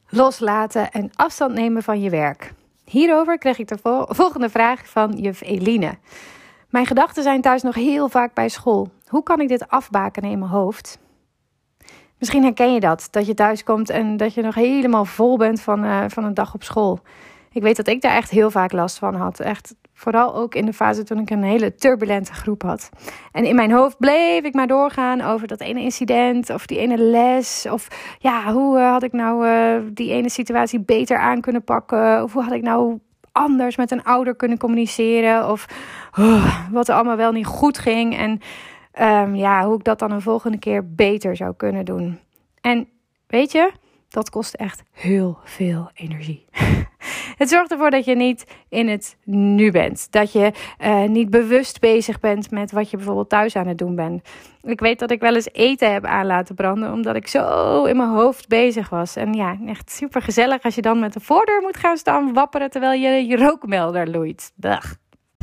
Loslaten en afstand nemen van je werk. Hierover kreeg ik de volgende vraag van juf Eline. Mijn gedachten zijn thuis nog heel vaak bij school. Hoe kan ik dit afbakenen in mijn hoofd? Misschien herken je dat je thuis komt en dat je nog helemaal vol bent van een dag op school. Ik weet dat ik daar echt heel vaak last van had. Echt, vooral ook in de fase toen ik een hele turbulente groep had. En in mijn hoofd bleef ik maar doorgaan over dat ene incident of die ene les. Of ja, hoe had ik nou die ene situatie beter aan kunnen pakken? Of hoe had ik nou anders met een ouder kunnen communiceren? Of wat er allemaal wel niet goed ging. En hoe ik dat dan een volgende keer beter zou kunnen doen. En weet je, dat kost echt heel veel energie. Het zorgt ervoor dat je niet in het nu bent. Dat je niet bewust bezig bent met wat je bijvoorbeeld thuis aan het doen bent. Ik weet dat ik wel eens eten heb aan laten branden, omdat ik zo in mijn hoofd bezig was. En ja, echt super gezellig als je dan met de voordeur moet gaan staan wapperen terwijl je rookmelder loeit. Dag.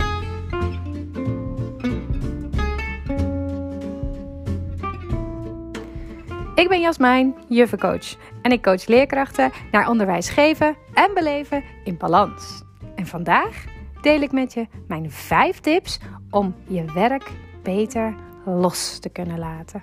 Ik ben Jasmijn, juffencoach. En ik coach leerkrachten naar onderwijs geven en beleven in balans. En vandaag deel ik met je mijn 5 tips om je werk beter los te kunnen laten.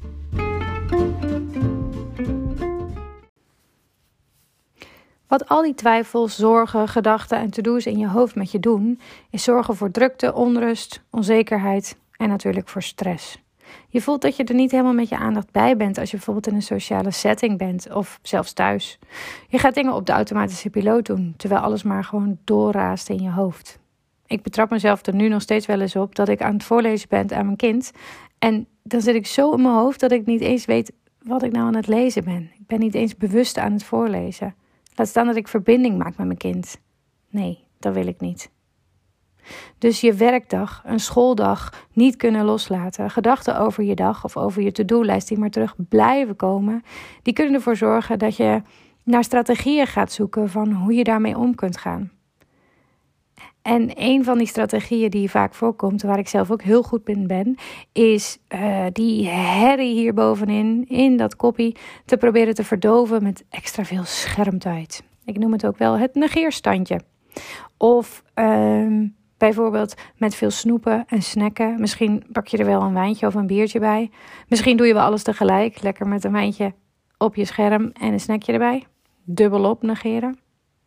Wat al die twijfels, zorgen, gedachten en to-do's in je hoofd met je doen, is zorgen voor drukte, onrust, onzekerheid en natuurlijk voor stress. Je voelt dat je er niet helemaal met je aandacht bij bent als je bijvoorbeeld in een sociale setting bent of zelfs thuis. Je gaat dingen op de automatische piloot doen, terwijl alles maar gewoon doorraast in je hoofd. Ik betrap mezelf er nu nog steeds wel eens op dat ik aan het voorlezen ben aan mijn kind. En dan zit ik zo in mijn hoofd dat ik niet eens weet wat ik nou aan het lezen ben. Ik ben niet eens bewust aan het voorlezen. Laat staan dat ik verbinding maak met mijn kind. Nee, dat wil ik niet. Dus je werkdag, een schooldag niet kunnen loslaten. Gedachten over je dag of over je to-do-lijst die maar terug blijven komen. Die kunnen ervoor zorgen dat je naar strategieën gaat zoeken van hoe je daarmee om kunt gaan. En een van die strategieën die vaak voorkomt, waar ik zelf ook heel goed in ben, is die herrie hier bovenin, in dat koppie, te proberen te verdoven met extra veel schermtijd. Ik noem het ook wel het negeerstandje. Of bijvoorbeeld met veel snoepen en snacken. Misschien pak je er wel een wijntje of een biertje bij. Misschien doe je wel alles tegelijk. Lekker met een wijntje op je scherm en een snackje erbij. Dubbelop negeren.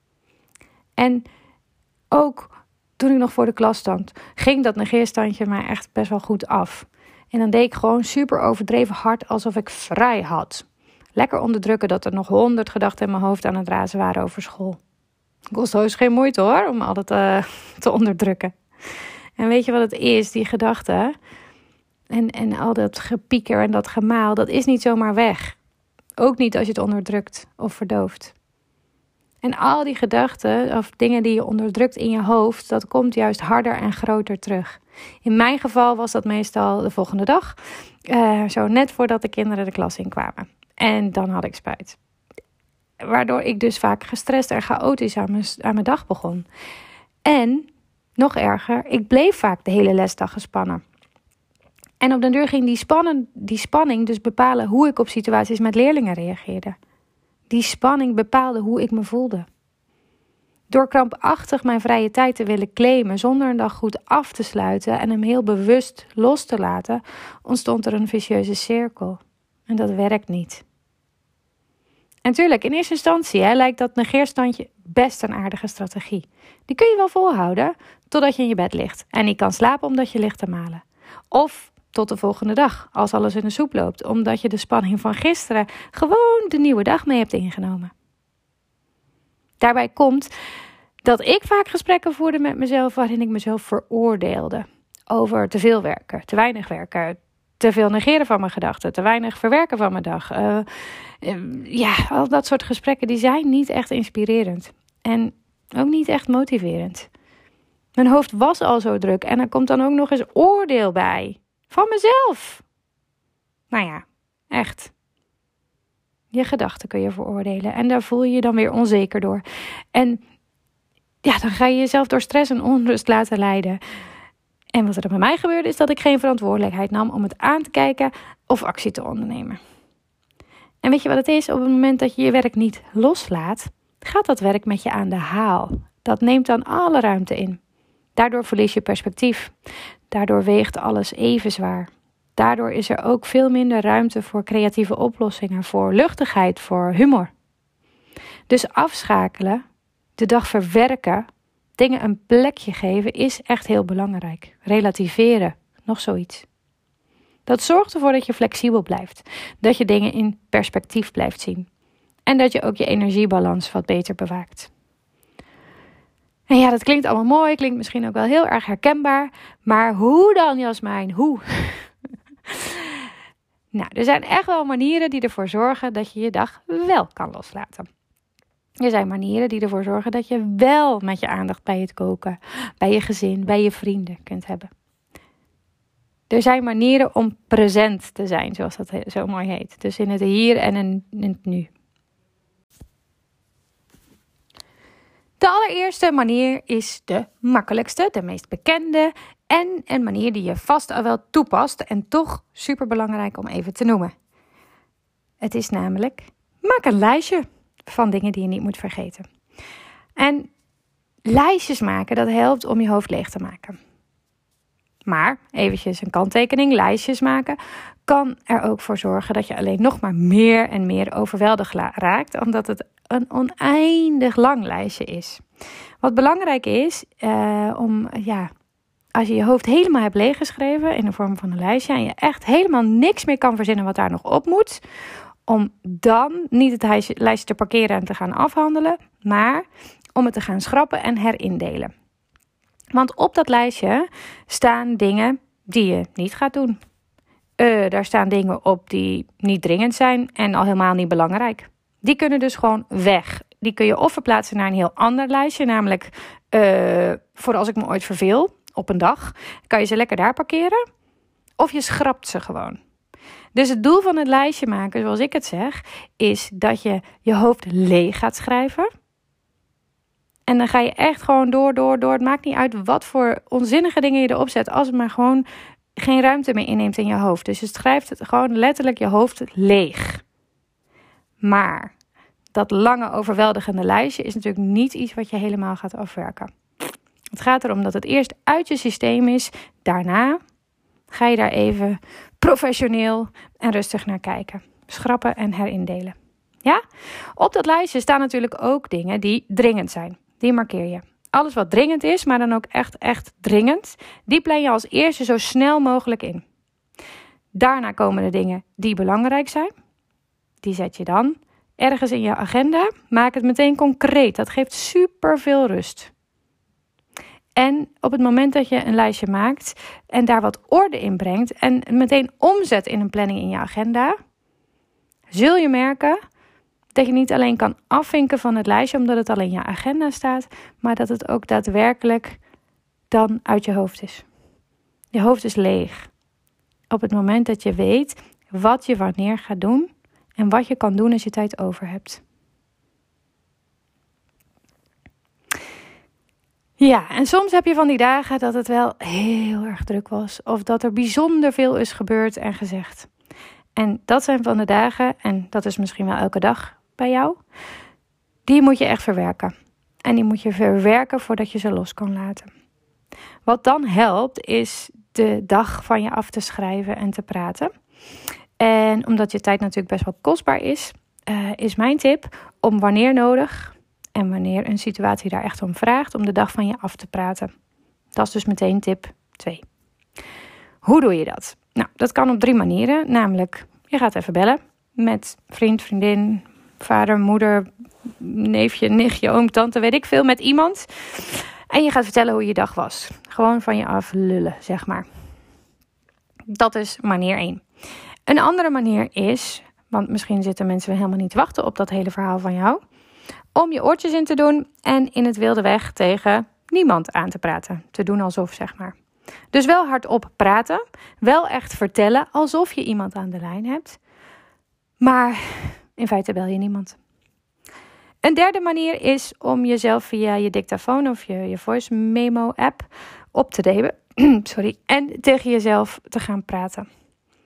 En ook toen ik nog voor de klas stond, ging dat negeerstandje mij echt best wel goed af. En dan deed ik gewoon super overdreven hard alsof ik vrij had. Lekker onderdrukken dat er nog 100 gedachten in mijn hoofd aan het razen waren over school. Het kost heus geen moeite hoor, om al dat te onderdrukken. En weet je wat het is, die gedachten? En al dat gepieker en dat gemaal, dat is niet zomaar weg. Ook niet als je het onderdrukt of verdooft. En al die gedachten of dingen die je onderdrukt in je hoofd, dat komt juist harder en groter terug. In mijn geval was dat meestal de volgende dag, zo net voordat de kinderen de klas inkwamen. En dan had ik spijt. Waardoor ik dus vaak gestrest en chaotisch aan mijn dag begon. En, nog erger, ik bleef vaak de hele lesdag gespannen. En op den duur ging die spanning dus bepalen hoe ik op situaties met leerlingen reageerde. Die spanning bepaalde hoe ik me voelde. Door krampachtig mijn vrije tijd te willen claimen zonder een dag goed af te sluiten en hem heel bewust los te laten, ontstond er een vicieuze cirkel. En dat werkt niet. En tuurlijk, in eerste instantie lijkt dat negeerstandje best een aardige strategie. Die kun je wel volhouden totdat je in je bed ligt en niet kan slapen omdat je ligt te malen. Of tot de volgende dag, als alles in de soep loopt, omdat je de spanning van gisteren gewoon de nieuwe dag mee hebt ingenomen. Daarbij komt dat ik vaak gesprekken voerde met mezelf waarin ik mezelf veroordeelde. Over te veel werken, te weinig werken, te veel negeren van mijn gedachten, te weinig verwerken van mijn dag. Al dat soort gesprekken die zijn niet echt inspirerend. En ook niet echt motiverend. Mijn hoofd was al zo druk en er komt dan ook nog eens oordeel bij. Van mezelf. Nou ja, echt. Je gedachten kun je veroordelen en daar voel je je dan weer onzeker door. En ja, dan ga je jezelf door stress en onrust laten leiden. En wat er bij mij gebeurde is dat ik geen verantwoordelijkheid nam om het aan te kijken of actie te ondernemen. En weet je wat het is? Op het moment dat je je werk niet loslaat, gaat dat werk met je aan de haal. Dat neemt dan alle ruimte in. Daardoor verlies je perspectief. Daardoor weegt alles even zwaar. Daardoor is er ook veel minder ruimte voor creatieve oplossingen, voor luchtigheid, voor humor. Dus afschakelen, de dag verwerken, dingen een plekje geven is echt heel belangrijk. Relativeren, nog zoiets. Dat zorgt ervoor dat je flexibel blijft. Dat je dingen in perspectief blijft zien. En dat je ook je energiebalans wat beter bewaakt. En ja, dat klinkt allemaal mooi. Klinkt misschien ook wel heel erg herkenbaar. Maar hoe dan, Jasmijn? Hoe? Nou, er zijn echt wel manieren die ervoor zorgen dat je je dag wel kan loslaten. Er zijn manieren die ervoor zorgen dat je wel met je aandacht bij het koken, bij je gezin, bij je vrienden kunt hebben. Er zijn manieren om present te zijn, zoals dat zo mooi heet. Dus in het hier en in het nu. De allereerste manier is de makkelijkste, de meest bekende en een manier die je vast al wel toepast en toch superbelangrijk om even te noemen. Het is namelijk, maak een lijstje van dingen die je niet moet vergeten. En lijstjes maken, dat helpt om je hoofd leeg te maken. Maar, eventjes een kanttekening, lijstjes maken kan er ook voor zorgen dat je alleen nog maar meer en meer overweldigd raakt, omdat het een oneindig lang lijstje is. Wat belangrijk is, als je je hoofd helemaal hebt leeggeschreven in de vorm van een lijstje en je echt helemaal niks meer kan verzinnen wat daar nog op moet, om dan niet het lijstje te parkeren en te gaan afhandelen, maar om het te gaan schrappen en herindelen. Want op dat lijstje staan dingen die je niet gaat doen. Daar staan dingen op die niet dringend zijn en al helemaal niet belangrijk. Die kunnen dus gewoon weg. Die kun je of verplaatsen naar een heel ander lijstje, namelijk voor als ik me ooit verveel op een dag, kan je ze lekker daar parkeren. Of je schrapt ze gewoon. Dus het doel van het lijstje maken, zoals ik het zeg, is dat je je hoofd leeg gaat schrijven. En dan ga je echt gewoon door. Het maakt niet uit wat voor onzinnige dingen je erop zet, als het maar gewoon geen ruimte meer inneemt in je hoofd. Dus je schrijft het gewoon letterlijk je hoofd leeg. Maar dat lange overweldigende lijstje is natuurlijk niet iets wat je helemaal gaat afwerken. Het gaat erom dat het eerst uit je systeem is. Daarna ga je daar even professioneel en rustig naar kijken. Schrappen en herindelen. Ja? Op dat lijstje staan natuurlijk ook dingen die dringend zijn. Die markeer je. Alles wat dringend is, maar dan ook echt dringend, die plan je als eerste zo snel mogelijk in. Daarna komen de dingen die belangrijk zijn. Die zet je dan ergens in je agenda. Maak het meteen concreet. Dat geeft super veel rust. En op het moment dat je een lijstje maakt en daar wat orde in brengt en meteen omzet in een planning in je agenda, zul je merken dat je niet alleen kan afvinken van het lijstje omdat het al in je agenda staat, maar dat het ook daadwerkelijk dan uit je hoofd is. Je hoofd is leeg. Op het moment dat je weet wat je wanneer gaat doen en wat je kan doen als je tijd over hebt. Ja, en soms heb je van die dagen dat het wel heel erg druk was. Of dat er bijzonder veel is gebeurd en gezegd. En dat zijn van de dagen, en dat is misschien wel elke dag bij jou, die moet je echt verwerken. En die moet je verwerken voordat je ze los kan laten. Wat dan helpt, is de dag van je af te schrijven en te praten. En omdat je tijd natuurlijk best wel kostbaar is mijn tip om wanneer nodig en wanneer een situatie daar echt om vraagt, om de dag van je af te praten. Dat is dus meteen tip 2. Hoe doe je dat? Nou, dat kan op 3 manieren. Namelijk, je gaat even bellen met vriend, vriendin, vader, moeder, neefje, nichtje, oom, tante, weet ik veel, met iemand. En je gaat vertellen hoe je dag was. Gewoon van je af lullen, zeg maar. Dat is manier 1. Een andere manier is, want misschien zitten mensen helemaal niet te wachten op dat hele verhaal van jou, om je oortjes in te doen en in het wilde weg tegen niemand aan te praten. Te doen alsof, zeg maar. Dus wel hardop praten, wel echt vertellen alsof je iemand aan de lijn hebt. Maar in feite bel je niemand. Een derde manier is om jezelf via je dictafoon of je voice memo app op te nemen. En tegen jezelf te gaan praten.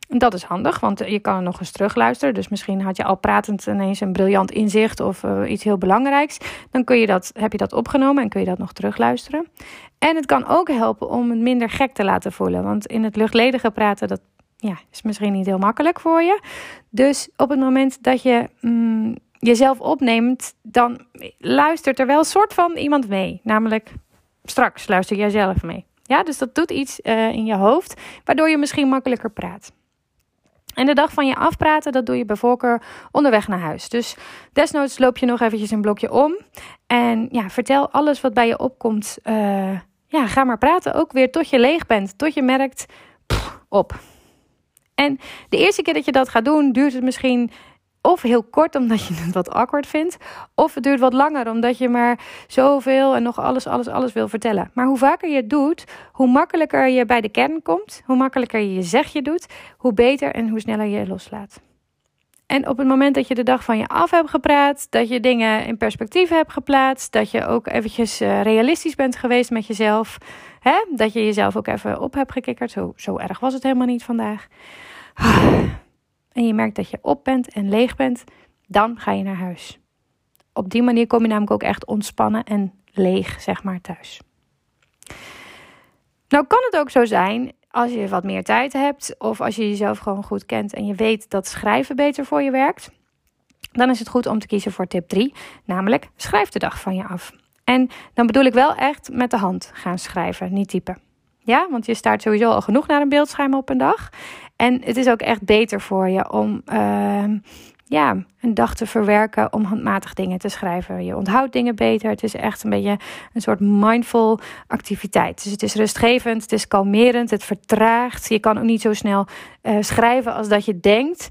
En dat is handig, want je kan er nog eens terugluisteren. Dus misschien had je al pratend ineens een briljant inzicht of iets heel belangrijks. Dan heb je dat opgenomen en kun je dat nog terugluisteren. En het kan ook helpen om het minder gek te laten voelen. Want in het luchtledige praten, dat is misschien niet heel makkelijk voor je. Dus op het moment dat je jezelf opneemt, dan luistert er wel een soort van iemand mee. Namelijk, straks luister jij zelf mee. Ja, dus dat doet iets in je hoofd, waardoor je misschien makkelijker praat. En de dag van je afpraten, dat doe je bij voorkeur onderweg naar huis. Dus desnoods loop je nog eventjes een blokje om. En vertel alles wat bij je opkomt. Ga maar praten ook weer tot je leeg bent. Tot je merkt, op. En de eerste keer dat je dat gaat doen, duurt het misschien of heel kort omdat je het wat awkward vindt. Of het duurt wat langer omdat je maar zoveel en nog alles wil vertellen. Maar hoe vaker je het doet, hoe makkelijker je bij de kern komt. Hoe makkelijker je je zegje doet, hoe beter en hoe sneller je loslaat. En op het moment dat je de dag van je af hebt gepraat, dat je dingen in perspectief hebt geplaatst, dat je ook eventjes realistisch bent geweest met jezelf, dat je jezelf ook even op hebt gekikkerd. Zo erg was het helemaal niet vandaag. En je merkt dat je op bent en leeg bent, dan ga je naar huis. Op die manier kom je namelijk ook echt ontspannen en leeg, thuis. Nou kan het ook zo zijn, als je wat meer tijd hebt of als je jezelf gewoon goed kent en je weet dat schrijven beter voor je werkt, dan is het goed om te kiezen voor tip 3, namelijk schrijf de dag van je af. En dan bedoel ik wel echt met de hand gaan schrijven, niet typen. Ja, want je staart sowieso al genoeg naar een beeldscherm op een dag. En het is ook echt beter voor je om een dag te verwerken om handmatig dingen te schrijven. Je onthoudt dingen beter. Het is echt een beetje een soort mindful activiteit. Dus het is rustgevend, het is kalmerend, het vertraagt. Je kan ook niet zo snel schrijven als dat je denkt.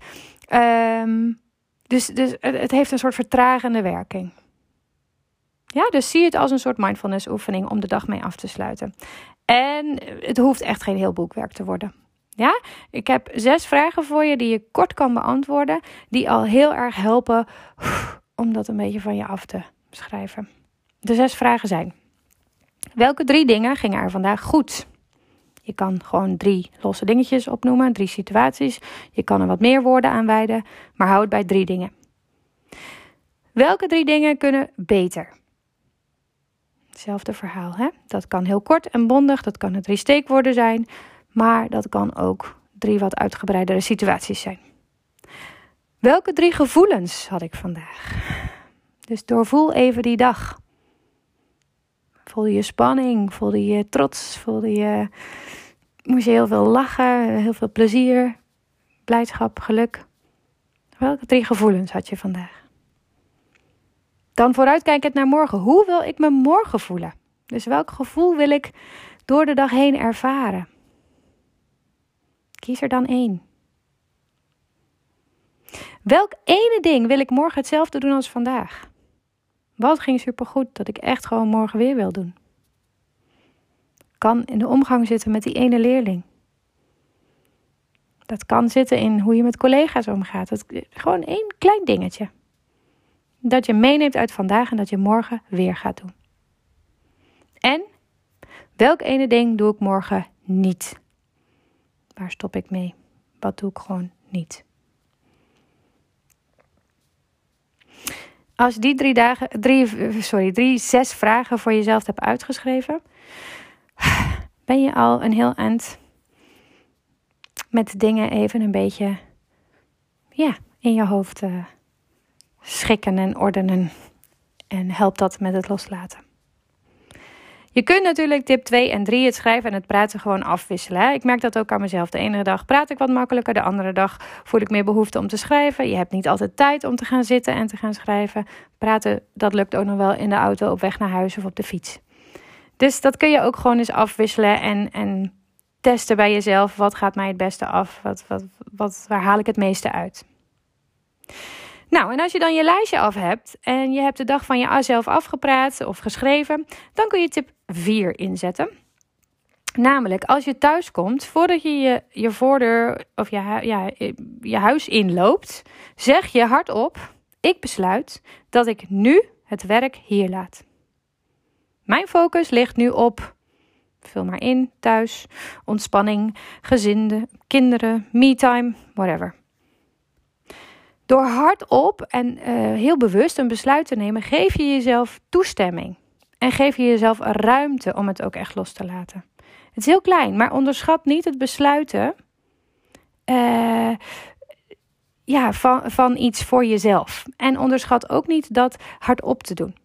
Dus het heeft een soort vertragende werking. Ja, dus zie het als een soort mindfulness oefening om de dag mee af te sluiten. En het hoeft echt geen heel boekwerk te worden. Ja, ik heb 6 vragen voor je die je kort kan beantwoorden, die al heel erg helpen om dat een beetje van je af te schrijven. De 6 vragen zijn: welke 3 dingen gingen er vandaag goed? Je kan gewoon 3 losse dingetjes opnoemen, 3 situaties. Je kan er wat meer woorden aan wijden, maar hou het bij 3 dingen. Welke 3 dingen kunnen beter? Hetzelfde verhaal, hè? Dat kan heel kort en bondig, dat kan 3 steekwoorden zijn, maar dat kan ook 3 wat uitgebreidere situaties zijn. Welke 3 gevoelens had ik vandaag? Dus doorvoel even die dag. Voelde je spanning? Voelde je trots? Moest je heel veel lachen? Heel veel plezier? Blijdschap? Geluk? Welke 3 gevoelens had je vandaag? Dan vooruitkijkend naar morgen. Hoe wil ik me morgen voelen? Dus welk gevoel wil ik door de dag heen ervaren? Kies er dan 1. Welk ene ding wil ik morgen hetzelfde doen als vandaag? Wat ging supergoed dat ik echt gewoon morgen weer wil doen? Kan in de omgang zitten met die ene leerling. Dat kan zitten in hoe je met collega's omgaat. Gewoon 1 klein dingetje. Dat je meeneemt uit vandaag en dat je morgen weer gaat doen. En welk ene ding doe ik morgen niet? Waar stop ik mee? Wat doe ik gewoon niet? Als je die 6 vragen voor jezelf hebt uitgeschreven, ben je al een heel eind met dingen even een beetje in je hoofd schikken en ordenen. En helpt dat met het loslaten. Je kunt natuurlijk tip 2 en 3 het schrijven en het praten gewoon afwisselen. Hè? Ik merk dat ook aan mezelf. De ene dag praat ik wat makkelijker. De andere dag voel ik meer behoefte om te schrijven. Je hebt niet altijd tijd om te gaan zitten en te gaan schrijven. Praten, dat lukt ook nog wel in de auto op weg naar huis of op de fiets. Dus dat kun je ook gewoon eens afwisselen en testen bij jezelf. Wat gaat mij het beste af? Waar haal ik het meeste uit? Nou, en als je dan je lijstje af hebt en je hebt de dag van jezelf afgepraat of geschreven, dan kun je tip 4 inzetten. Namelijk, als je thuis komt, voordat je je voordeur of je huis inloopt, zeg je hardop: ik besluit dat ik nu het werk hier laat. Mijn focus ligt nu op vul maar in, thuis, ontspanning, gezinnen, kinderen, me-time, whatever. Door hardop en heel bewust een besluit te nemen, geef je jezelf toestemming. En geef je jezelf ruimte om het ook echt los te laten. Het is heel klein, maar onderschat niet het besluiten van iets voor jezelf. En onderschat ook niet dat hardop te doen.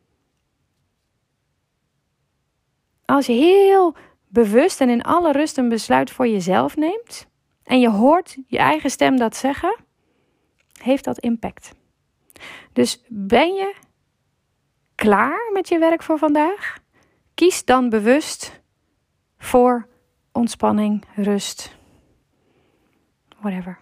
Als je heel bewust en in alle rust een besluit voor jezelf neemt en je hoort je eigen stem dat zeggen, heeft dat impact. Dus ben je klaar met je werk voor vandaag? Kies dan bewust voor ontspanning, rust, whatever.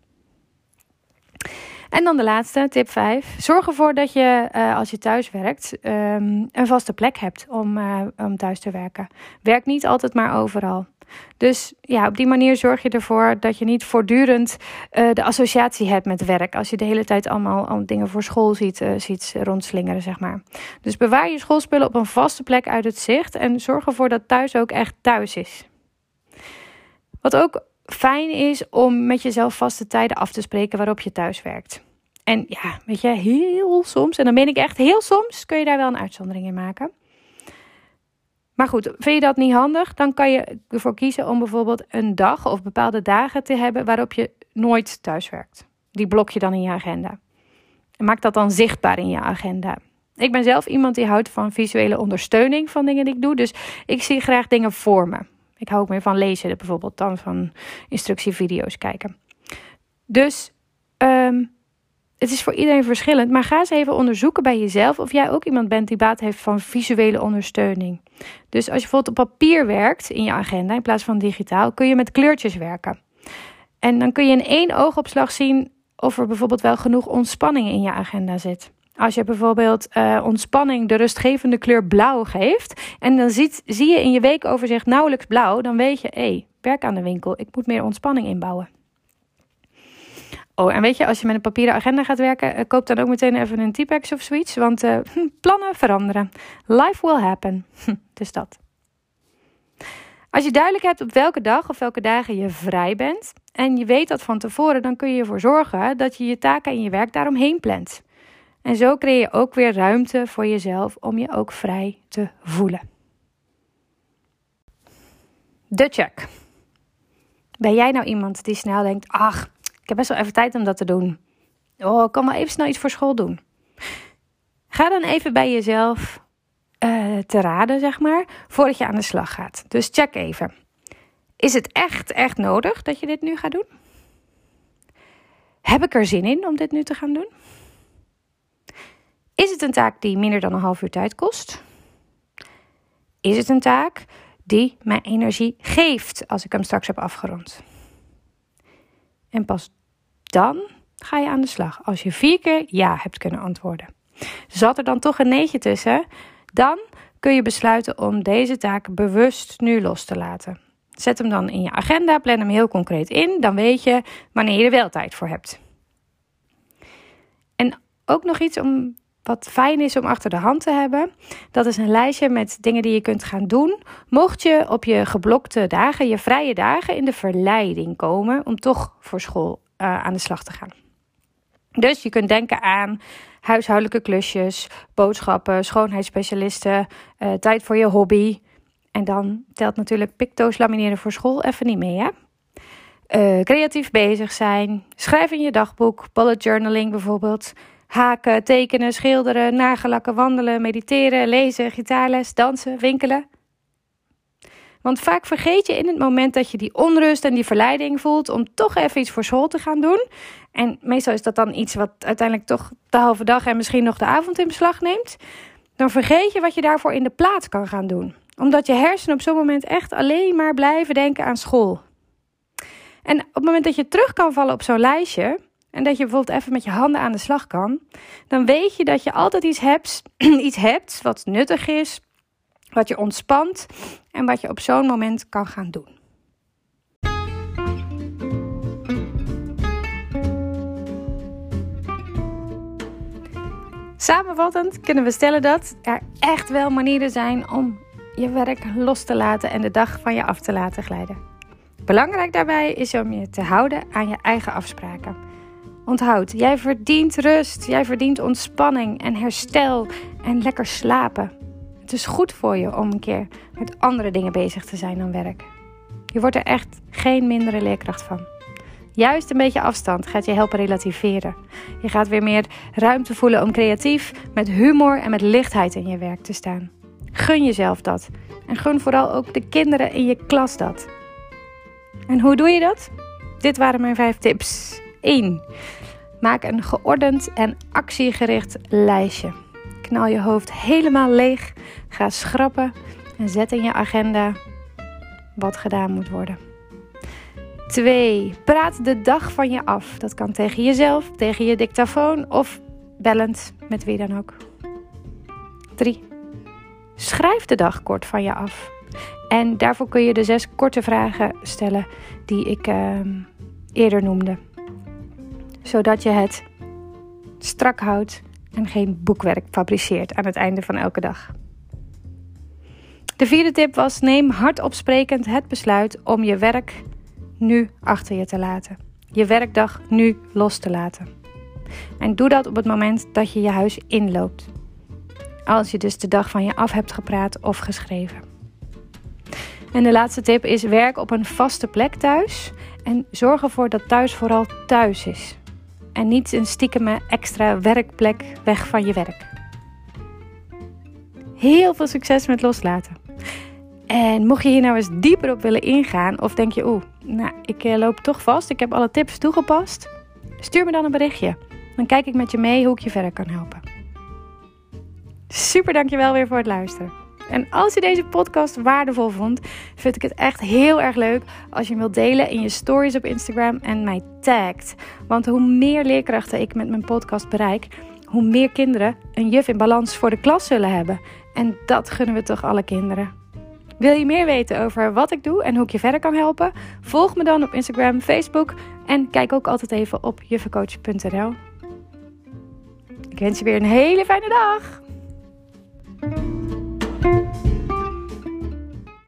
En dan de laatste, tip 5. Zorg ervoor dat je, als je thuis werkt, een vaste plek hebt om thuis te werken. Werk niet altijd maar overal. Dus ja, op die manier zorg je ervoor dat je niet voortdurend de associatie hebt met werk. Als je de hele tijd allemaal dingen voor school ziet rondslingeren, zeg maar. Dus bewaar je schoolspullen op een vaste plek uit het zicht. En zorg ervoor dat thuis ook echt thuis is. Wat ook fijn is om met jezelf vaste tijden af te spreken waarop je thuis werkt. En ja, weet je, heel soms, en dan meen ik echt heel soms, kun je daar wel een uitzondering in maken. Maar goed, vind je dat niet handig, dan kan je ervoor kiezen om bijvoorbeeld een dag of bepaalde dagen te hebben waarop je nooit thuis werkt. Die blok je dan in je agenda. En maak dat dan zichtbaar in je agenda. Ik ben zelf iemand die houdt van visuele ondersteuning van dingen die ik doe, dus ik zie graag dingen voor me. Ik hou ook meer van lezen, bijvoorbeeld dan van instructievideo's kijken. Dus het is voor iedereen verschillend, maar ga eens even onderzoeken bij jezelf of jij ook iemand bent die baat heeft van visuele ondersteuning. Dus als je bijvoorbeeld op papier werkt in je agenda in plaats van digitaal, kun je met kleurtjes werken. En dan kun je in 1 oogopslag zien of er bijvoorbeeld wel genoeg ontspanning in je agenda zit. Als je bijvoorbeeld ontspanning de rustgevende kleur blauw geeft en dan zie je in je weekoverzicht nauwelijks blauw, dan weet je, werk aan de winkel, ik moet meer ontspanning inbouwen. Oh, en weet je, als je met een papieren agenda gaat werken, koop dan ook meteen even een T-Pex of zoiets, want plannen veranderen. Life will happen. Dus dat. Als je duidelijk hebt op welke dag of welke dagen je vrij bent en je weet dat van tevoren, dan kun je ervoor zorgen dat je je taken en je werk daaromheen plant. En zo creëer je ook weer ruimte voor jezelf om je ook vrij te voelen. De check. Ben jij nou iemand die snel denkt, ach, ik heb best wel even tijd om dat te doen. Oh, ik kan wel even snel iets voor school doen. Ga dan even bij jezelf te raden, zeg maar, voordat je aan de slag gaat. Dus check even. Is het echt nodig dat je dit nu gaat doen? Heb ik er zin in om dit nu te gaan doen? Is het een taak die minder dan een half uur tijd kost? Is het een taak die mij energie geeft als ik hem straks heb afgerond? En pas dan ga je aan de slag. Als je 4 keer ja hebt kunnen antwoorden. Zat er dan toch een neetje tussen? Dan kun je besluiten om deze taak bewust nu los te laten. Zet hem dan in je agenda, plan hem heel concreet in. Dan weet je wanneer je er wel tijd voor hebt. En ook nog iets wat fijn is om achter de hand te hebben. Dat is een lijstje met dingen die je kunt gaan doen. Mocht je op je geblokte dagen, je vrije dagen, in de verleiding komen om toch voor school aan de slag te gaan. Dus je kunt denken aan huishoudelijke klusjes, boodschappen, schoonheidsspecialisten, tijd voor je hobby. En dan telt natuurlijk picto's lamineren voor school even niet mee, hè? Creatief bezig zijn, schrijven in je dagboek, bullet journaling bijvoorbeeld. Haken, tekenen, schilderen, nagellakken, wandelen, mediteren, lezen, gitaarles, dansen, winkelen. Want vaak vergeet je in het moment dat je die onrust en die verleiding voelt om toch even iets voor school te gaan doen. En meestal is dat dan iets wat uiteindelijk toch de halve dag en misschien nog de avond in beslag neemt. Dan vergeet je wat je daarvoor in de plaats kan gaan doen. Omdat je hersenen op zo'n moment echt alleen maar blijven denken aan school. En op het moment dat je terug kan vallen op zo'n lijstje en dat je bijvoorbeeld even met je handen aan de slag kan, dan weet je dat je altijd iets hebt wat nuttig is, wat je ontspant en wat je op zo'n moment kan gaan doen. Samenvattend kunnen we stellen dat er echt wel manieren zijn om je werk los te laten en de dag van je af te laten glijden. Belangrijk daarbij is om je te houden aan je eigen afspraken. Onthoud, jij verdient rust, jij verdient ontspanning en herstel en lekker slapen. Het is goed voor je om een keer met andere dingen bezig te zijn dan werk. Je wordt er echt geen mindere leerkracht van. Juist een beetje afstand gaat je helpen relativeren. Je gaat weer meer ruimte voelen om creatief, met humor en met lichtheid in je werk te staan. Gun jezelf dat. En gun vooral ook de kinderen in je klas dat. En hoe doe je dat? Dit waren mijn 5 tips. 1. Maak een geordend en actiegericht lijstje. Knal je hoofd helemaal leeg. Ga schrappen en zet in je agenda wat gedaan moet worden. 2. Praat de dag van je af. Dat kan tegen jezelf, tegen je dictafoon of bellend met wie dan ook. 3. Schrijf de dag kort van je af. En daarvoor kun je de 6 korte vragen stellen die ik eerder noemde. Zodat je het strak houdt en geen boekwerk fabriceert aan het einde van elke dag. De 4e tip was: neem hardop sprekend het besluit om je werk nu achter je te laten. Je werkdag nu los te laten. En doe dat op het moment dat je je huis inloopt. Als je dus de dag van je af hebt gepraat of geschreven. En de laatste tip is: werk op een vaste plek thuis. En zorg ervoor dat thuis vooral thuis is. En niet een stiekeme extra werkplek weg van je werk. Heel veel succes met loslaten. En mocht je hier nou eens dieper op willen ingaan, of denk je, ik loop toch vast, ik heb alle tips toegepast, stuur me dan een berichtje. Dan kijk ik met je mee hoe ik je verder kan helpen. Super, dankjewel weer voor het luisteren. En als je deze podcast waardevol vond, vind ik het echt heel erg leuk als je hem wilt delen in je stories op Instagram en mij tagt. Want hoe meer leerkrachten ik met mijn podcast bereik, hoe meer kinderen een juf in balans voor de klas zullen hebben. En dat gunnen we toch alle kinderen. Wil je meer weten over wat ik doe en hoe ik je verder kan helpen? Volg me dan op Instagram, Facebook en kijk ook altijd even op juffencoach.nl. Ik wens je weer een hele fijne dag!